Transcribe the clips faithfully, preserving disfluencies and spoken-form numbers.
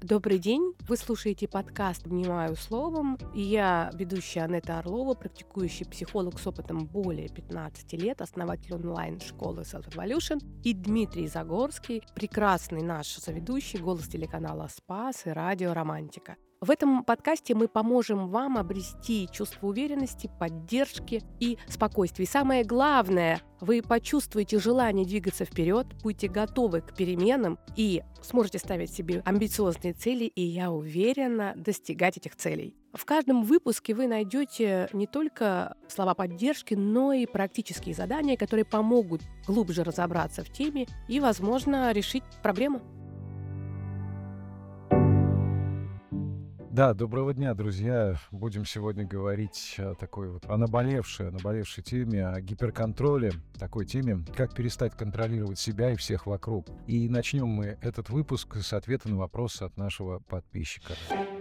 Добрый день! Вы слушаете подкаст «Внимаю словом». И я, ведущая Анетта Орлова, практикующий психолог с опытом более пятнадцати лет, основатель онлайн-школы Self-Evolution, и Дмитрий Загорский, прекрасный наш соведущий, голос телеканала «Спас» и радио «Романтика». В этом подкасте мы поможем вам обрести чувство уверенности, поддержки и спокойствия. И самое главное, вы почувствуете желание двигаться вперед, будете готовы к переменам и сможете ставить себе амбициозные цели, и я уверена, достигать этих целей. В каждом выпуске вы найдете не только слова поддержки, но и практические задания, которые помогут глубже разобраться в теме и, возможно, решить проблему. Да, доброго дня, друзья. Будем сегодня говорить о такой вот о наболевшей, о наболевшей теме, о гиперконтроле, такой теме, как перестать контролировать себя и всех вокруг. И начнем мы этот выпуск с ответа на вопрос от нашего подписчика.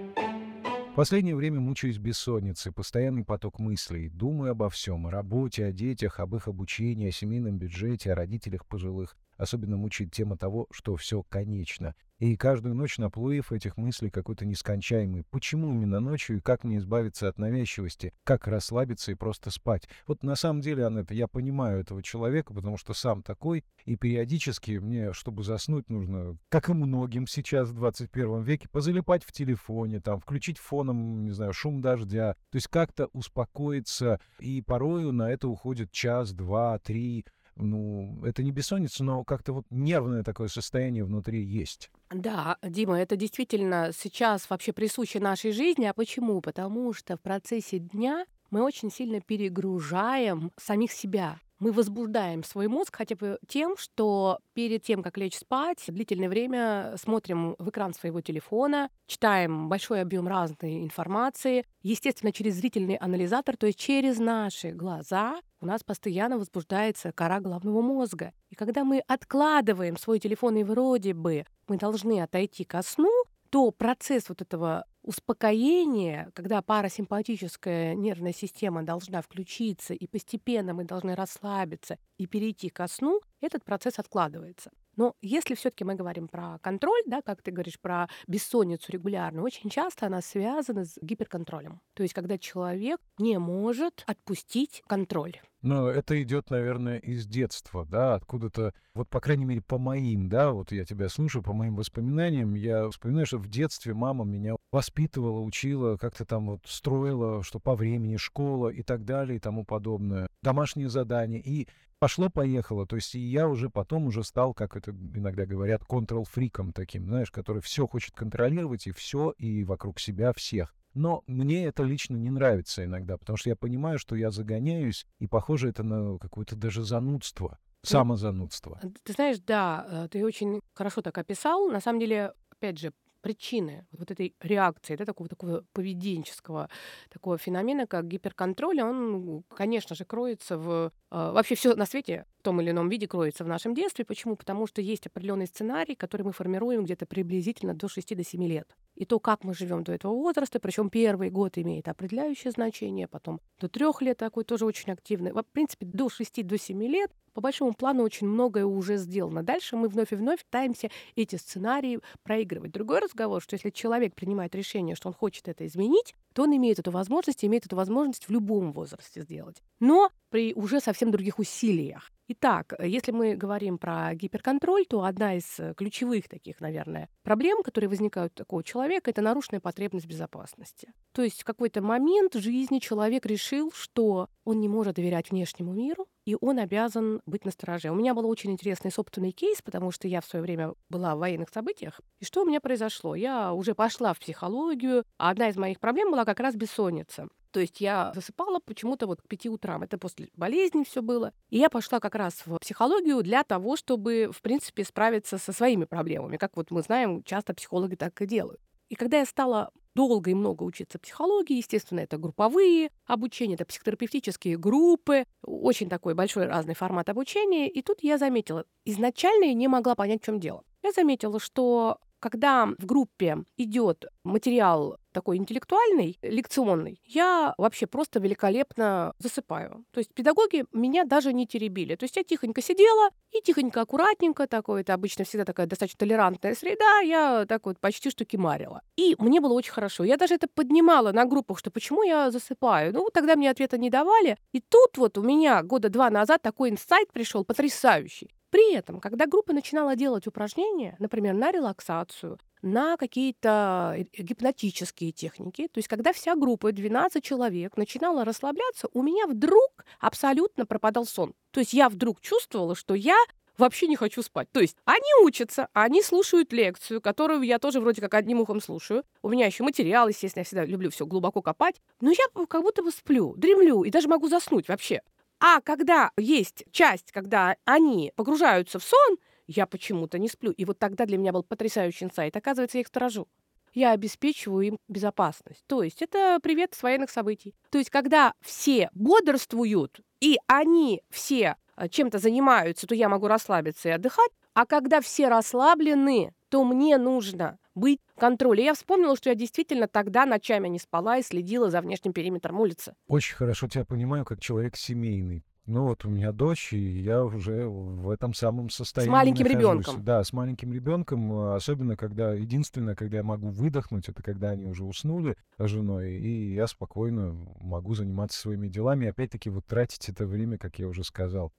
В последнее время мучаюсь бессонницей, постоянный поток мыслей. Думаю обо всем, о работе, о детях, об их обучении, о семейном бюджете, о родителях пожилых. Особенно мучает тема того, что все конечно. И каждую ночь наплыв этих мыслей какой-то нескончаемый. Почему именно ночью и как мне избавиться от навязчивости? Как расслабиться и просто спать? Вот на самом деле, Анетта, я понимаю этого человека, потому что сам такой. И периодически мне, чтобы заснуть, нужно, как и многим сейчас в двадцать первом веке, позалипать в телефоне, там, включить фоном, не знаю, шум дождя. То есть как-то успокоиться. И порою на это уходит час, два, три. Ну, это не бессонница, но как-то вот нервное такое состояние внутри есть. Да, Дима, это действительно сейчас вообще присуще нашей жизни. А почему? Потому что в процессе дня мы очень сильно перегружаем самих себя. Мы возбуждаем свой мозг хотя бы тем, что перед тем, как лечь спать, длительное время смотрим в экран своего телефона, читаем большой объем разной информации, естественно, через зрительный анализатор, то есть через наши глаза у нас постоянно возбуждается кора головного мозга. И когда мы откладываем свой телефон и вроде бы мы должны отойти ко сну, то процесс вот этого успокоения, когда парасимпатическая нервная система должна включиться, и постепенно мы должны расслабиться и перейти ко сну, этот процесс откладывается. Но если все-таки мы говорим про контроль, да, как ты говоришь, про бессонницу регулярно, очень часто она связана с гиперконтролем. То есть когда человек не может отпустить контроль. Но это идет, наверное, из детства, да, откуда-то, вот, по крайней мере, по моим, да, вот я тебя слушаю, по моим воспоминаниям, я вспоминаю, что в детстве мама меня воспитывала, учила, как-то там вот строила, что по времени школа и так далее и тому подобное, домашние задания, и пошло-поехало, то есть и я уже потом уже стал, как это иногда говорят, контрол-фриком таким, знаешь, который все хочет контролировать, и все, и вокруг себя всех. Но мне это лично не нравится иногда, потому что я понимаю, что я загоняюсь, и похоже это на какое-то даже занудство, Ну, самозанудство. ты знаешь, да, э, ты очень хорошо так описал. На самом деле, опять же, причины вот этой реакции, да, такого, такого поведенческого такого феномена, как гиперконтроль, он, конечно же, кроется в... э, Вообще все на свете в том или ином виде кроется в нашем детстве. Почему? Потому что есть определенный сценарий, который мы формируем где-то приблизительно до шести-семи лет. И то, как мы живем до этого возраста, причем первый год имеет определяющее значение, потом до трех лет такой тоже очень активный. В принципе, до шести-семи лет по большому плану очень многое уже сделано. Дальше мы вновь и вновь пытаемся эти сценарии проигрывать. Другой разговор, что если человек принимает решение, что он хочет это изменить, то он имеет эту возможность, имеет эту возможность в любом возрасте сделать. Но при уже совсем других усилиях. Итак, если мы говорим про гиперконтроль, то одна из ключевых таких, наверное, проблем, которые возникают у такого человека, это нарушенная потребность в безопасности. То есть в какой-то момент в жизни человек решил, что он не может доверять внешнему миру, и он обязан быть настороже. У меня был очень интересный собственный кейс, потому что я в свое время была в военных событиях. И что у меня произошло? Я уже пошла в психологию, а одна из моих проблем была как раз бессонница. То есть я засыпала почему-то вот к пяти утрам. Это после болезни все было. И я пошла как раз в психологию для того, чтобы, в принципе, справиться со своими проблемами. Как вот мы знаем, часто психологи так и делают. И когда я стала долго и много учиться психологии, естественно, это групповые обучения, это психотерапевтические группы, очень такой большой разный формат обучения. И тут я заметила, изначально я не могла понять, в чем дело. Я заметила, что когда в группе идет материал такой интеллектуальный, лекционный, я вообще просто великолепно засыпаю. То есть педагоги меня даже не теребили. То есть я тихонько сидела и тихонько, аккуратненько такое, это обычно всегда такая достаточно толерантная среда, я так вот почти что кимарила. И мне было очень хорошо. Я даже это поднимала на группах, что почему я засыпаю. Ну, тогда мне ответа не давали. И тут вот у меня года два назад такой инсайт пришел потрясающий. При этом, когда группа начинала делать упражнения, например, на релаксацию, на какие-то э, гипнотические техники, то есть когда вся группа, двенадцать человек, начинала расслабляться, у меня вдруг абсолютно пропадал сон. То есть я вдруг чувствовала, что я вообще не хочу спать. То есть они учатся, они слушают лекцию, которую я тоже вроде как одним ухом слушаю. У меня еще материал, естественно, я всегда люблю все глубоко копать. Но я как будто бы сплю, дремлю и даже могу заснуть вообще. А когда есть часть, когда они погружаются в сон, я почему-то не сплю. И вот тогда для меня был потрясающий инсайт. Оказывается, я их сторожу. Я обеспечиваю им безопасность. То есть это привет с военных событий. То есть когда все бодрствуют, и они все э, чем-то занимаются, то я могу расслабиться и отдыхать. А когда все расслаблены, то мне нужно быть в контроле. Я вспомнила, что я действительно тогда ночами не спала и следила за внешним периметром улицы. Очень хорошо тебя понимаю, как человек семейный. Ну вот у меня дочь, и я уже в этом самом С состоянии маленьким нахожусь. ребенком. Да, с маленьким ребенком, э, особенно когда, единственное, когда я могу выдохнуть, это когда они уже уснули с женой, и я спокойно могу заниматься своими делами. И опять-таки вот тратить это время, как я уже сказал,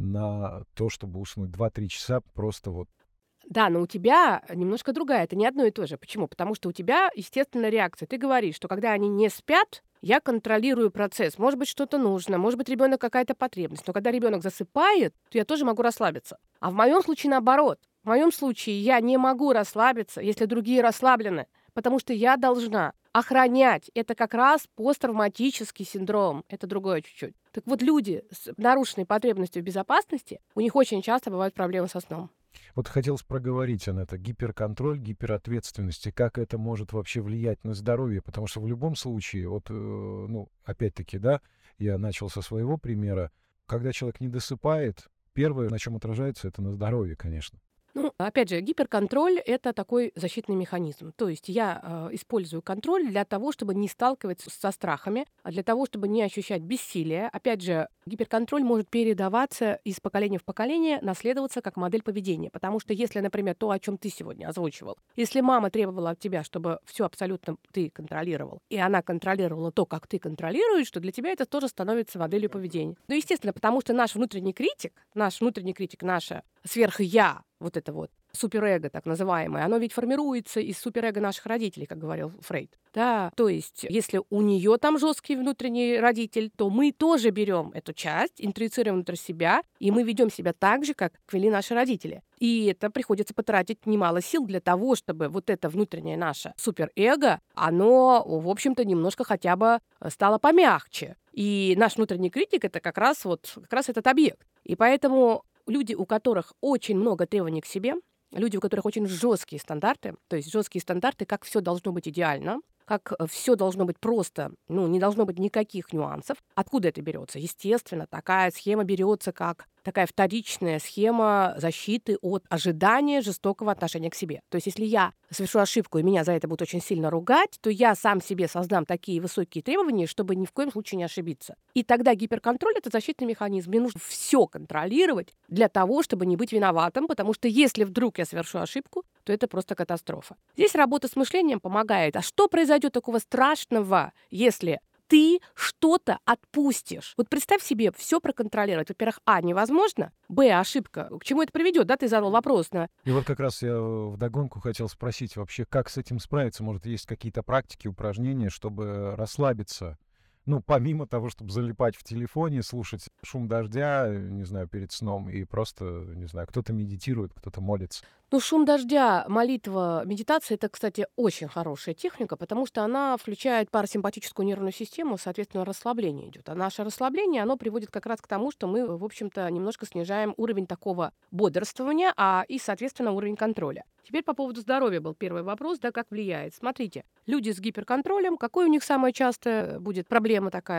на то, чтобы уснуть два-три часа, просто вот. Да, но у тебя немножко другая, это не одно и то же. Почему? Потому что у тебя естественная реакция. Ты говоришь, что когда они не спят, я контролирую процесс. Может быть, что-то нужно, может быть, ребенок какая-то потребность. Но когда ребенок засыпает, то я тоже могу расслабиться. А в моем случае наоборот. В моем случае я не могу расслабиться, если другие расслаблены, потому что я должна охранять. Это как раз посттравматический синдром. Это другое чуть-чуть. Так вот, люди с нарушенной потребностью в безопасности, у них очень часто бывают проблемы со сном. Вот хотелось проговорить, Анетта, гиперконтроль, гиперответственность, и как это может вообще влиять на здоровье, потому что в любом случае, вот, э, ну, опять-таки, да, я начал со своего примера, когда человек не досыпает, первое, на чем отражается, это на здоровье, конечно. Ну, опять же, гиперконтроль — это такой защитный механизм. То есть я э, использую контроль для того, чтобы не сталкиваться со страхами, а для того, чтобы не ощущать бессилие. Опять же, гиперконтроль может передаваться из поколения в поколение, наследоваться как модель поведения. Потому что если, например, то, о чем ты сегодня озвучивал, если мама требовала от тебя, чтобы все абсолютно ты контролировал, и она контролировала то, как ты контролируешь, то для тебя это тоже становится моделью поведения. Ну, естественно, потому что наш внутренний критик, наш внутренний критик, наше сверх-я, вот это вот суперэго, так называемое, оно ведь формируется из суперэго наших родителей, как говорил Фрейд. Да, то есть, если у нее там жесткий внутренний родитель, то мы тоже берем эту часть, интроицируем внутрь себя, и мы ведем себя так же, как вели наши родители. И это приходится потратить немало сил для того, чтобы вот это внутреннее наше суперэго, оно, в общем-то, немножко хотя бы стало помягче. И наш внутренний критик — это как раз вот как раз этот объект. И поэтому люди, у которых очень много требований к себе, люди, у которых очень жесткие стандарты, то есть жесткие стандарты, как все должно быть идеально, как все должно быть просто, ну, не должно быть никаких нюансов. Откуда это берется? Естественно, такая схема берется как такая вторичная схема защиты от ожидания жестокого отношения к себе. То есть если я совершу ошибку, и меня за это будут очень сильно ругать, то я сам себе создам такие высокие требования, чтобы ни в коем случае не ошибиться. И тогда гиперконтроль — это защитный механизм. Мне нужно все контролировать для того, чтобы не быть виноватым, потому что если вдруг я совершу ошибку, то это просто катастрофа. Здесь работа с мышлением помогает. А что произойдет такого страшного, если ты что-то отпустишь? Вот представь себе, все проконтролировать. Во-первых, а, невозможно, б, ошибка. К чему это приведет? Да, ты задал вопрос на... И вот как раз я вдогонку хотел спросить вообще, как с этим справиться? Может, есть какие-то практики, упражнения, чтобы расслабиться? Ну, помимо того, чтобы залипать в телефоне, слушать шум дождя, не знаю, перед сном, и просто, не знаю, кто-то медитирует, кто-то молится. Ну, шум дождя, молитва, медитация — это, кстати, очень хорошая техника, потому что она включает парасимпатическую нервную систему, соответственно, расслабление идет. А наше расслабление, оно приводит как раз к тому, что мы, в общем-то, немножко снижаем уровень такого бодрствования, а и, соответственно, уровень контроля. Теперь по поводу здоровья был первый вопрос, да, как влияет. Смотрите, люди с гиперконтролем, какой у них самая частая будет проблема такая?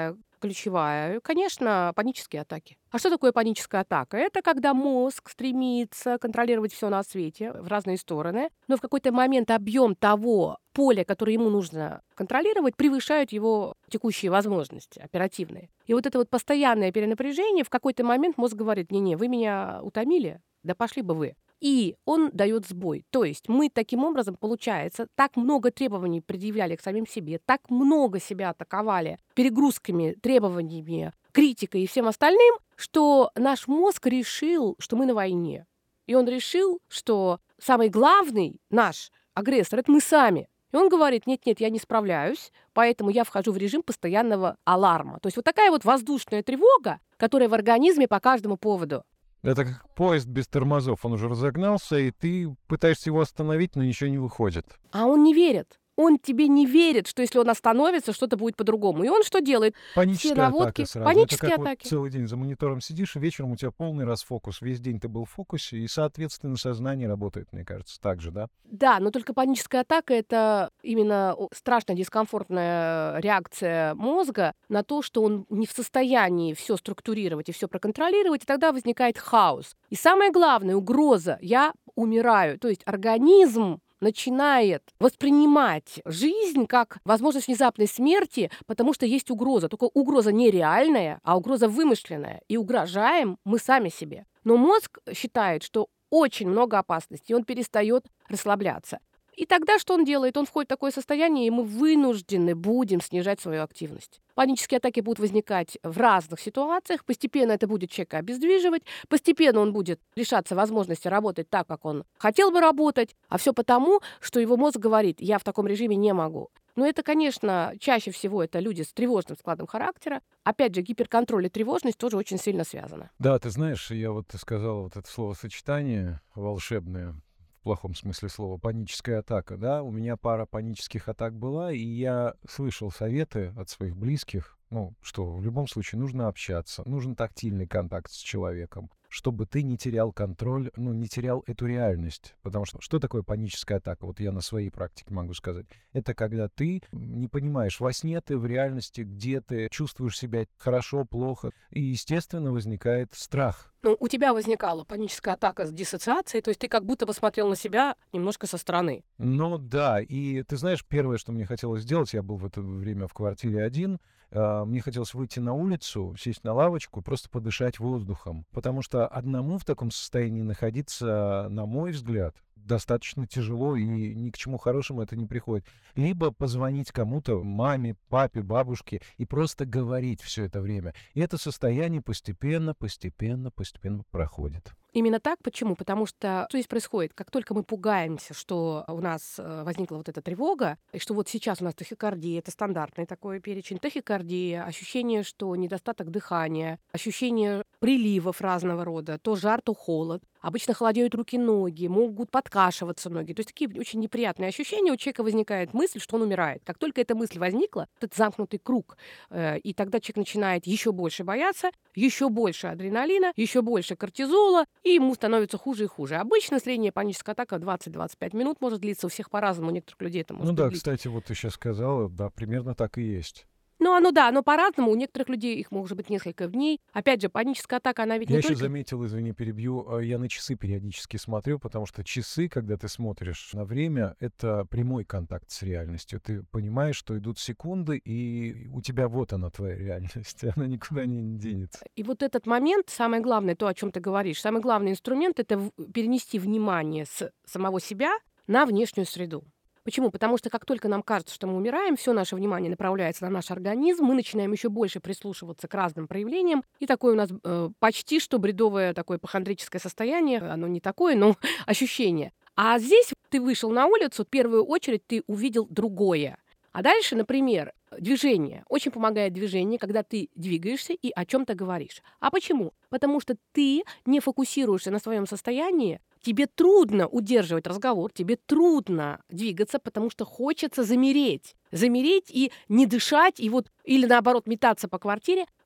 ключевая, конечно, панические атаки. А что такое паническая атака? Это когда мозг стремится контролировать все на свете в разные стороны, но в какой-то момент объем того поля, которое ему нужно контролировать, превышает его текущие возможности оперативные. И вот это вот постоянное перенапряжение, в какой-то момент мозг говорит: не-не, вы меня утомили, да пошли бы вы. И он дает сбой. То есть мы таким образом, получается, так много требований предъявляли к самим себе, так много себя атаковали перегрузками, требованиями, критикой и всем остальным, что наш мозг решил, что мы на войне. И он решил, что самый главный наш агрессор — это мы сами. И он говорит: нет-нет, я не справляюсь, поэтому я вхожу в режим постоянного аларма. То есть вот такая вот воздушная тревога, которая в организме по каждому поводу. Это как поезд без тормозов. Он уже разогнался, и ты пытаешься его остановить, но ничего не выходит. А он не верит. Он тебе не верит, что если он остановится, что-то будет по-другому. И он что делает? Все Паническая наводки, атака сразу. панические Это как вот атаки. целый день за монитором сидишь, и вечером у тебя полный расфокус. Весь день ты был в фокусе, и, соответственно, сознание работает, мне кажется, так же, да? Да, но только паническая атака — это именно о- страшная дискомфортная реакция мозга на то, что он не в состоянии все структурировать и все проконтролировать, и тогда возникает хаос. И самое главное — угроза. Я умираю. То есть организм начинает воспринимать жизнь как возможность внезапной смерти, потому что есть угроза. Только угроза не реальная, а угроза вымышленная. И угрожаем мы сами себе. Но мозг считает, что очень много опасностей, и он перестает расслабляться. И тогда что он делает? Он входит в такое состояние, и мы вынуждены будем снижать свою активность. Панические атаки будут возникать в разных ситуациях. Постепенно это будет человека обездвиживать. Постепенно он будет лишаться возможности работать так, как он хотел бы работать. А все потому, что его мозг говорит: я в таком режиме не могу. Но это, конечно, чаще всего это люди с тревожным складом характера. Опять же, гиперконтроль и тревожность тоже очень сильно связаны. Да, ты знаешь, я вот ты сказал вот это словосочетание волшебное, в плохом смысле слова, паническая атака, да, у меня пара панических атак была, и я слышал советы от своих близких, ну, что в любом случае нужно общаться, нужен тактильный контакт с человеком, чтобы ты не терял контроль, ну, не терял эту реальность. Потому что что такое паническая атака? Вот я на своей практике могу сказать. Это когда ты не понимаешь, во сне ты, в реальности, где ты, чувствуешь себя хорошо, плохо, и, естественно, возникает страх. Ну, у тебя возникала паническая атака с диссоциацией, то есть ты как будто бы смотрел на себя немножко со стороны. Ну да, и ты знаешь, первое, что мне хотелось сделать, я был в это время в квартире один, а, мне хотелось выйти на улицу, сесть на лавочку и просто подышать воздухом. Потому что одному в таком состоянии находиться, на мой взгляд, достаточно тяжело, и ни к чему хорошему это не приходит. Либо позвонить кому-то, маме, папе, бабушке, и просто говорить все это время. И это состояние постепенно, постепенно, постепенно проходит. Именно так. Почему? Потому что что здесь происходит? Как только мы пугаемся, что у нас э, возникла вот эта тревога, и что вот сейчас у нас тахикардия, это стандартный такой перечень, тахикардия, ощущение, что недостаток дыхания, ощущение приливов разного рода, то жар, то холод. Обычно холодеют руки-ноги, могут подкашиваться ноги. То есть такие очень неприятные ощущения. У человека возникает мысль, что он умирает. Как только эта мысль возникла, этот замкнутый круг, э, и тогда человек начинает еще больше бояться, еще больше адреналина, еще больше кортизола, и ему становится хуже и хуже. Обычно средняя паническая атака двадцать-двадцать пять минут может длиться. У всех по-разному, у некоторых людей это может Ну да, длиться. кстати, вот ты сейчас сказала, да, примерно так и есть. Ну, оно да, оно по-разному. У некоторых людей их может быть несколько дней. Опять же, паническая атака, она ведь Я не еще только... заметил, извини, перебью, э, я на часы периодически смотрю, потому что часы, когда ты смотришь на время, это прямой контакт с реальностью. Ты понимаешь, что идут секунды, и у тебя вот она, твоя реальность, она никуда не денется. И вот этот момент, самое главное, то, о чем ты говоришь, самый главный инструмент — это в- перенести внимание с самого себя на внешнюю среду. Почему? Потому что как только нам кажется, что мы умираем, все наше внимание направляется на наш организм, мы начинаем еще больше прислушиваться к разным проявлениям, и такое у нас э, почти что бредовое такое похондрическое состояние, оно не такое, но ощущение. А здесь ты вышел на улицу, в первую очередь ты увидел другое. А дальше, например, движение. Очень помогает движение, когда ты двигаешься и о чем-то говоришь. А почему? Потому что ты не фокусируешься на своем состоянии, тебе трудно удерживать разговор, тебе трудно двигаться, потому что хочется замереть. Замереть и не дышать, и вот, или наоборот, метаться по квартире.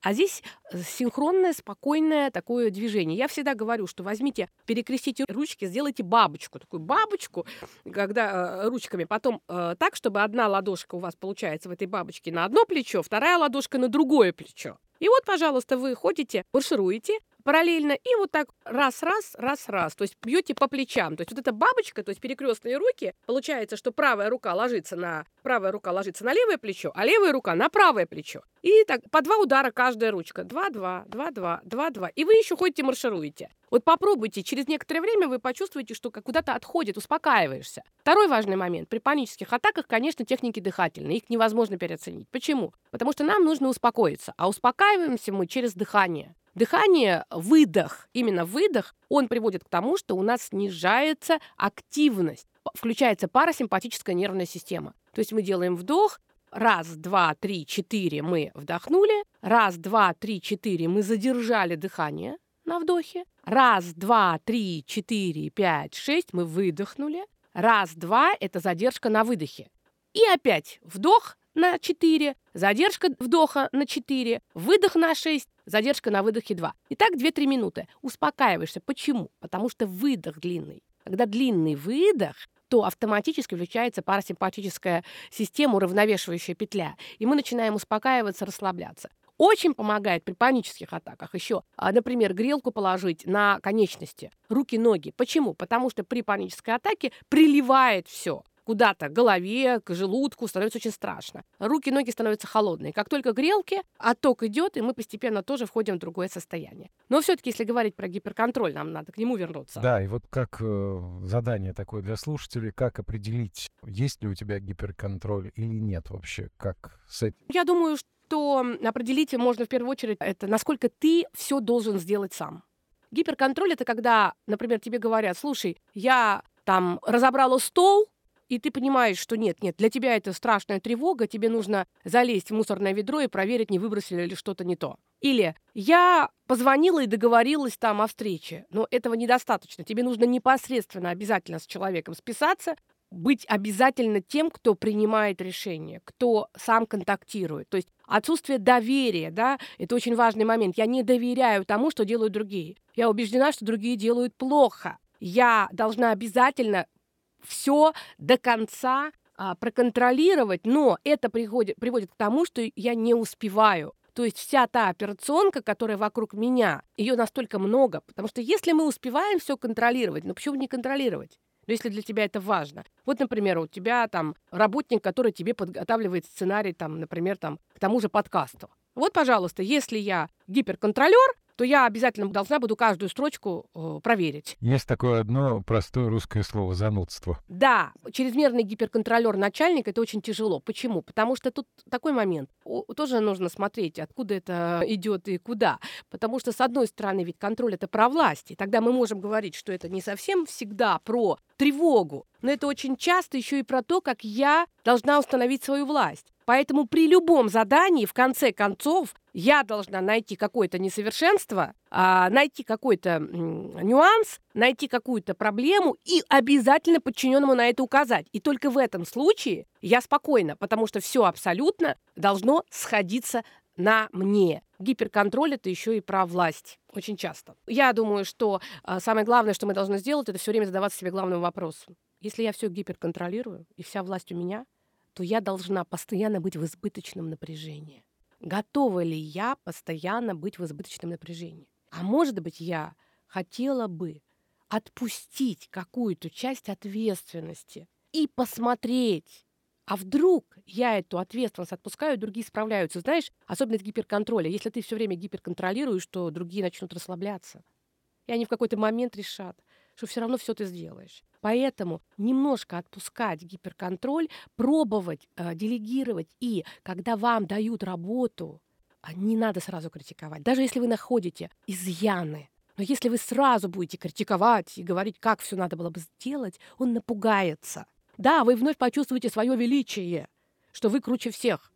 А здесь э, синхронное, спокойное такое движение. Я всегда говорю, что возьмите, перекрестите ручки, сделайте бабочку. Такую бабочку, когда э, ручками. Потом э, так, чтобы одна ладошка у вас получается в этой бабочке на одно плечо, вторая ладошка на другое плечо. И вот, пожалуйста, вы ходите, маршируете параллельно, и вот так раз-раз, раз-раз, то есть бьете по плечам. То есть вот эта бабочка, то есть перекрестные руки, получается, что правая рука ложится на правая рука ложится на левое плечо, а левая рука на правое плечо. И так по два удара каждая ручка. Два-два, два-два, два-два. И вы еще ходите, маршируете. Вот попробуйте, через некоторое время вы почувствуете, что как куда-то отходит, успокаиваешься. Второй важный момент. При панических атаках, конечно, техники дыхательные. Их невозможно переоценить. Почему? Потому что нам нужно успокоиться. А успокаиваемся мы через дыхание. Дыхание, выдох, именно выдох, он приводит к тому, что у нас снижается активность, включается парасимпатическая нервная система. То есть мы делаем вдох, раз, два, три, четыре мы вдохнули, раз, два, три, четыре мы задержали дыхание на вдохе, раз, два, три, четыре, пять, шесть мы выдохнули, раз, два – это задержка на выдохе. И опять вдох на четыре, задержка вдоха на четыре, выдох на шесть, задержка на выдохе два. И так две-три минуты. Успокаиваешься. Почему? Потому что выдох длинный. Когда длинный выдох, то автоматически включается парасимпатическая система, уравновешивающая петля. И мы начинаем успокаиваться, расслабляться. Очень помогает при панических атаках еще, например, грелку положить на конечности, руки, ноги. Почему? Потому что при панической атаке приливает все. Куда-то к голове, к желудку, становится очень страшно. Руки, ноги становятся холодные. Как только грелки, отток идет, и мы постепенно тоже входим в другое состояние. Но все-таки, если говорить про гиперконтроль, нам надо к нему вернуться. Да, и вот как э, задание такое для слушателей, как определить, есть ли у тебя гиперконтроль или нет вообще, как с этим? Я думаю, что определить можно в первую очередь, это насколько ты все должен сделать сам. Гиперконтроль — это когда, например, тебе говорят: слушай, я там разобрала стол, и ты понимаешь, что нет, нет, для тебя это страшная тревога, тебе нужно залезть в мусорное ведро и проверить, не выбросили ли что-то не то. Или я позвонила и договорилась там о встрече, но этого недостаточно. Тебе нужно непосредственно обязательно с человеком списаться, быть обязательно тем, кто принимает решение, кто сам контактирует. То есть отсутствие доверия, да, это очень важный момент. Я не доверяю тому, что делают другие. Я убеждена, что другие делают плохо. Я должна обязательно все до конца а, проконтролировать, но это приходит, приводит к тому, что я не успеваю. То есть вся та операционка, которая вокруг меня, ее настолько много. Потому что если мы успеваем все контролировать, ну почему не контролировать? Ну, если для тебя это важно. Вот, например, у тебя там работник, который тебе подготавливает сценарий, там, например, там, к тому же подкасту. Вот, пожалуйста, если я гиперконтролер, то я обязательно должна буду каждую строчку э, проверить. Есть такое одно простое русское слово — занудство. Да, чрезмерный гиперконтролер-начальник — это очень тяжело. Почему? Потому что тут такой момент. О, тоже нужно смотреть, откуда это идет и куда. Потому что, с одной стороны, ведь контроль — это про власть. И тогда мы можем говорить, что это не совсем всегда про тревогу, но это очень часто еще и про то, как я должна установить свою власть. Поэтому при любом задании, в конце концов, я должна найти какое-то несовершенство, а, найти какой-то м, нюанс, найти какую-то проблему и обязательно подчиненному на это указать. И только в этом случае я спокойна, потому что все абсолютно должно сходиться на мне. Гиперконтроль — это еще и про власть. Очень часто. Я думаю, что а, самое главное, что мы должны сделать, это все время задаваться себе главным вопросом. Если я все гиперконтролирую, и вся власть у меня, то я должна постоянно быть в избыточном напряжении. Готова ли я постоянно быть в избыточном напряжении? А может быть, я хотела бы отпустить какую-то часть ответственности и посмотреть, а вдруг я эту ответственность отпускаю, другие справляются. Знаешь, особенность гиперконтроля. Если ты все время гиперконтролируешь, то другие начнут расслабляться. И они в какой-то момент решат, что все равно все ты сделаешь. Поэтому немножко отпускать гиперконтроль, пробовать, э, делегировать. И когда вам дают работу, а не надо сразу критиковать. Даже если вы находите изъяны, но если вы сразу будете критиковать и говорить, как все надо было бы сделать, он напугается. Да, вы вновь почувствуете свое величие, что вы круче всех.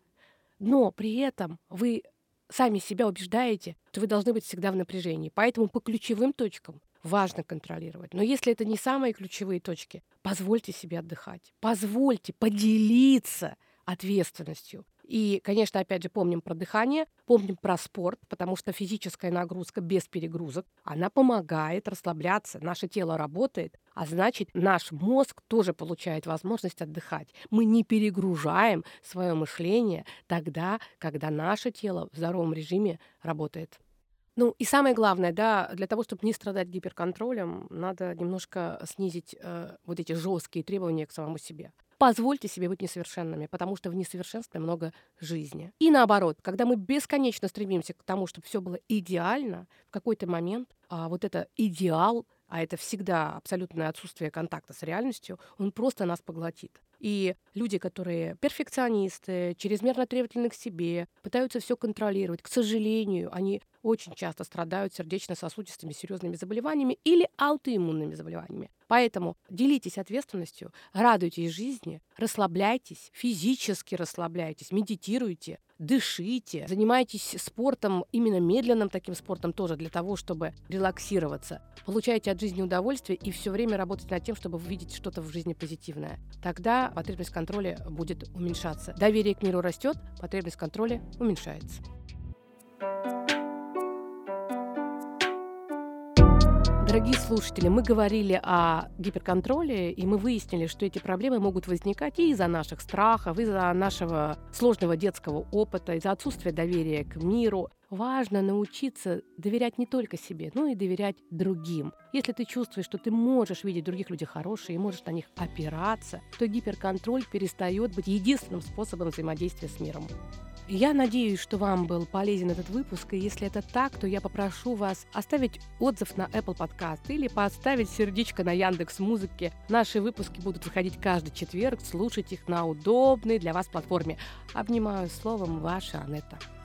Но при этом вы сами себя убеждаете, что вы должны быть всегда в напряжении. Поэтому по ключевым точкам важно контролировать. Но если это не самые ключевые точки, позвольте себе отдыхать. Позвольте поделиться ответственностью. И, конечно, опять же, помним про дыхание, помним про спорт, потому что физическая нагрузка без перегрузок, она помогает расслабляться, наше тело работает, а значит, наш мозг тоже получает возможность отдыхать. Мы не перегружаем свое мышление тогда, когда наше тело в здоровом режиме работает. Ну и самое главное, да, для того, чтобы не страдать гиперконтролем, надо немножко снизить э, вот эти жесткие требования к самому себе. Позвольте себе быть несовершенными, потому что в несовершенстве много жизни. И наоборот, когда мы бесконечно стремимся к тому, чтобы все было идеально, в какой-то момент а, вот это идеал, а это всегда абсолютное отсутствие контакта с реальностью, он просто нас поглотит. И люди, которые перфекционисты, чрезмерно требовательны к себе, пытаются все контролировать, к сожалению, они очень часто страдают сердечно-сосудистыми серьезными заболеваниями или аутоиммунными заболеваниями. Поэтому делитесь ответственностью, радуйтесь жизни, расслабляйтесь, физически расслабляйтесь, медитируйте, дышите, занимайтесь спортом, именно медленным таким спортом тоже для того, чтобы релаксироваться. Получайте от жизни удовольствие и все время работайте над тем, чтобы увидеть что-то в жизни позитивное. Тогда потребность в контроле будет уменьшаться. Доверие к миру растет, потребность в контроле уменьшается. Дорогие слушатели, мы говорили о гиперконтроле, и мы выяснили, что эти проблемы могут возникать и из-за наших страхов, из-за нашего сложного детского опыта, из-за отсутствия доверия к миру. Важно научиться доверять не только себе, но и доверять другим. Если ты чувствуешь, что ты можешь видеть в других людях хорошие и можешь на них опираться, то гиперконтроль перестает быть единственным способом взаимодействия с миром. Я надеюсь, что вам был полезен этот выпуск, и если это так, то я попрошу вас оставить отзыв на Apple Podcast или поставить сердечко на Яндекс.Музыке. Наши выпуски будут выходить каждый четверг, слушать их на удобной для вас платформе. Обнимаю словом, ваша Анетта.